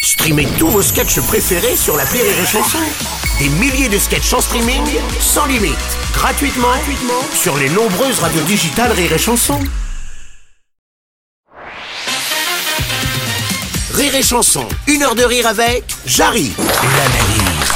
Streamez tous vos sketchs préférés sur l'appli Rire et Chanson. Des milliers de sketchs en streaming, sans limite, gratuitement sur les nombreuses radios digitales Rire et Chanson. Rire et Chanson, 1 heure de rire avec Jarry. L'analyse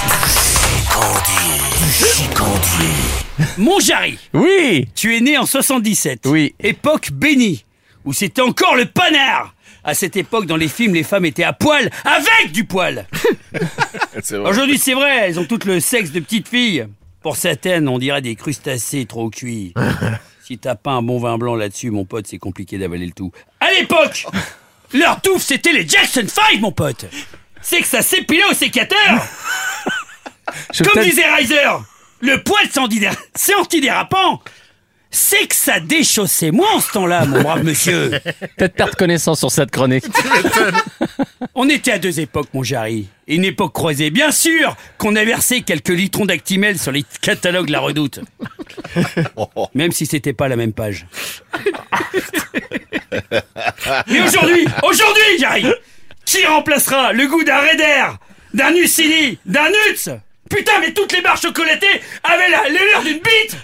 du chicandier. Mon Jarry, Oui. tu es né en 77. Oui. Époque bénie, où c'était encore le panard. À cette époque, dans les films, les femmes étaient à poil, avec du poil. C'est vrai. Aujourd'hui, c'est vrai, elles ont toutes le sexe de petites filles. Pour certaines, on dirait des crustacés trop cuits. Si t'as pas un bon vin blanc là-dessus, mon pote, c'est compliqué d'avaler le tout. À l'époque, leur touffe, c'était les Jackson 5, mon pote. C'est que ça s'épilait au sécateur. Comme disait Reiser, le poil c'est antidérapant. C'est que ça déchaussait moins en ce temps-là, mon brave monsieur. Peut-être perdre connaissance sur cette chronique. On était à deux époques, mon Jarry. Une époque croisée, bien sûr qu'on a versé quelques litrons d'Actimel sur les catalogues La Redoute. Même si c'était pas la même page. Mais aujourd'hui, Jarry, qui remplacera le goût d'un Raider, d'un Nucini, d'un Nuts? Putain, mais toutes les barres chocolatées avaient l'allure d'une bite.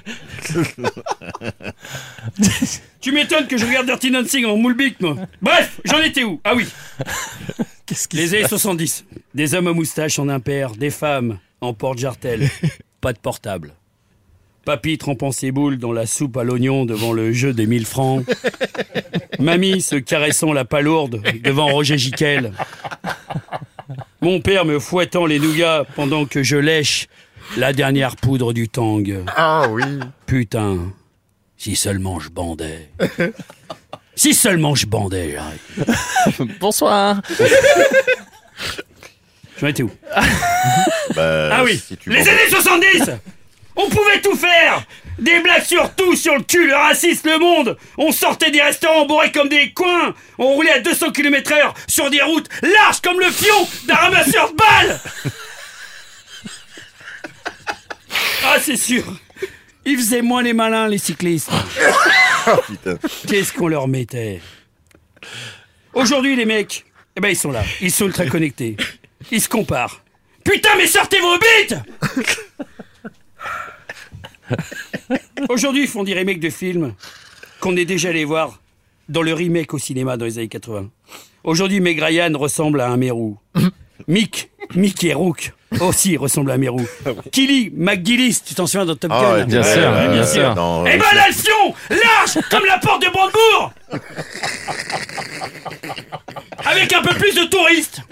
Tu m'étonnes que je regarde Dirty Dancing en moule bite, moi. Bref, j'en étais où? Ah oui. Les années 70. Des hommes à moustache en impair, des femmes en porte-jartel. Pas de portable. Papy trempant ses boules dans la soupe à l'oignon devant le jeu des 1000 francs. Mamie se caressant la palourde devant Roger Giquel. Mon père me fouettant les nougats pendant que je lèche la dernière poudre du Tang. Ah oui. Putain, si seulement je bandais. Si seulement je bandais, Jarry. Bonsoir. J'en étais où? Ah oui, les années 70. On pouvait tout faire. Des blagues sur tout, sur le cul, le racisme, le monde. On sortait des restaurants bourrés comme des coins. On roulait à 200 km/h sur des routes larges comme le fion d'un ramasseur de balles. Ah, c'est sûr. Ils faisaient moins les malins, les cyclistes. Putain. Qu'est-ce qu'on leur mettait? Aujourd'hui, les mecs, eh ben, ils sont là. Ils sont ultra connectés. Ils se comparent. Putain, mais sortez vos bites! Aujourd'hui, ils font des remakes de films qu'on est déjà allé voir dans le remake au cinéma dans les années 80. Aujourd'hui, Meg Ryan ressemble à un mérou. Mickey Rourke aussi ressemble à un mérou. Killy McGillis, tu t'en souviens dans Top Gun? Ah ouais, Bien sûr, bien sûr. Non, Eh ben, l'Alfion, large comme la porte de Brandebourg, avec un peu plus de touristes.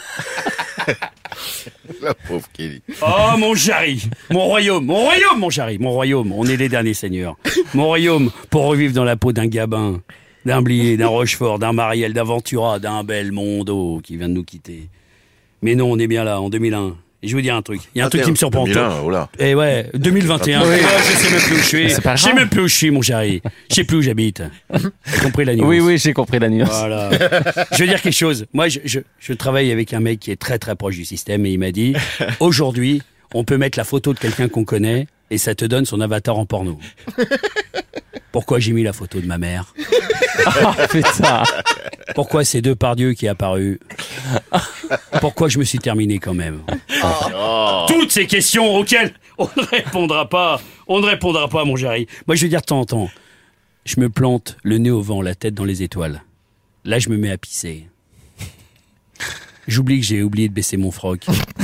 la pauvre Kelly. Oh, mon Jarry, mon royaume, mon Jarry, mon royaume, on est les derniers seigneurs. Mon royaume pour revivre dans la peau d'un Gabin, d'un Blier, d'un Rochefort, d'un Marielle, d'un Ventura, d'un Belmondo qui vient de nous quitter. Mais non, on est bien là, en 2001. Et je vais vous dire un truc, il y a un truc qui me surprend. 2001, oh là. Eh ouais, 2021. Oui. Je sais même plus où je suis. C'est pas Je sais grave. même plus où je suis, mon Jarry. Je sais plus où j'habite. T'as compris la nuance? Oui, j'ai compris la nuance. Voilà. Je veux dire quelque chose. Moi, je travaille avec un mec qui est très très proche du système et il m'a dit, aujourd'hui, on peut mettre la photo de quelqu'un qu'on connaît et ça te donne son avatar en porno. Pourquoi j'ai mis la photo de ma mère? Oh, putain. Pourquoi c'est Depardieu qui est apparu? Pourquoi je me suis terminé quand même? Toutes ces questions auxquelles on ne répondra pas, mon Jarry. Moi, je veux dire de temps en temps, je me plante le nez au vent, la tête dans les étoiles. Là, je me mets à pisser. J'oublie que j'ai oublié de baisser mon froc.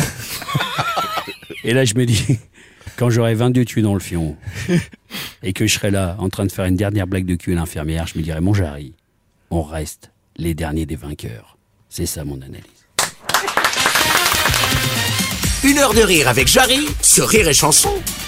Et là, je me dis, quand j'aurai 22 tuyaux dans le fion et que je serai là en train de faire une dernière blague de cul à l'infirmière, je me dirai, mon Jarry, on reste les derniers des vainqueurs. C'est ça mon analyse. 1 heure de rire avec Jarry sur Rire et Chanson.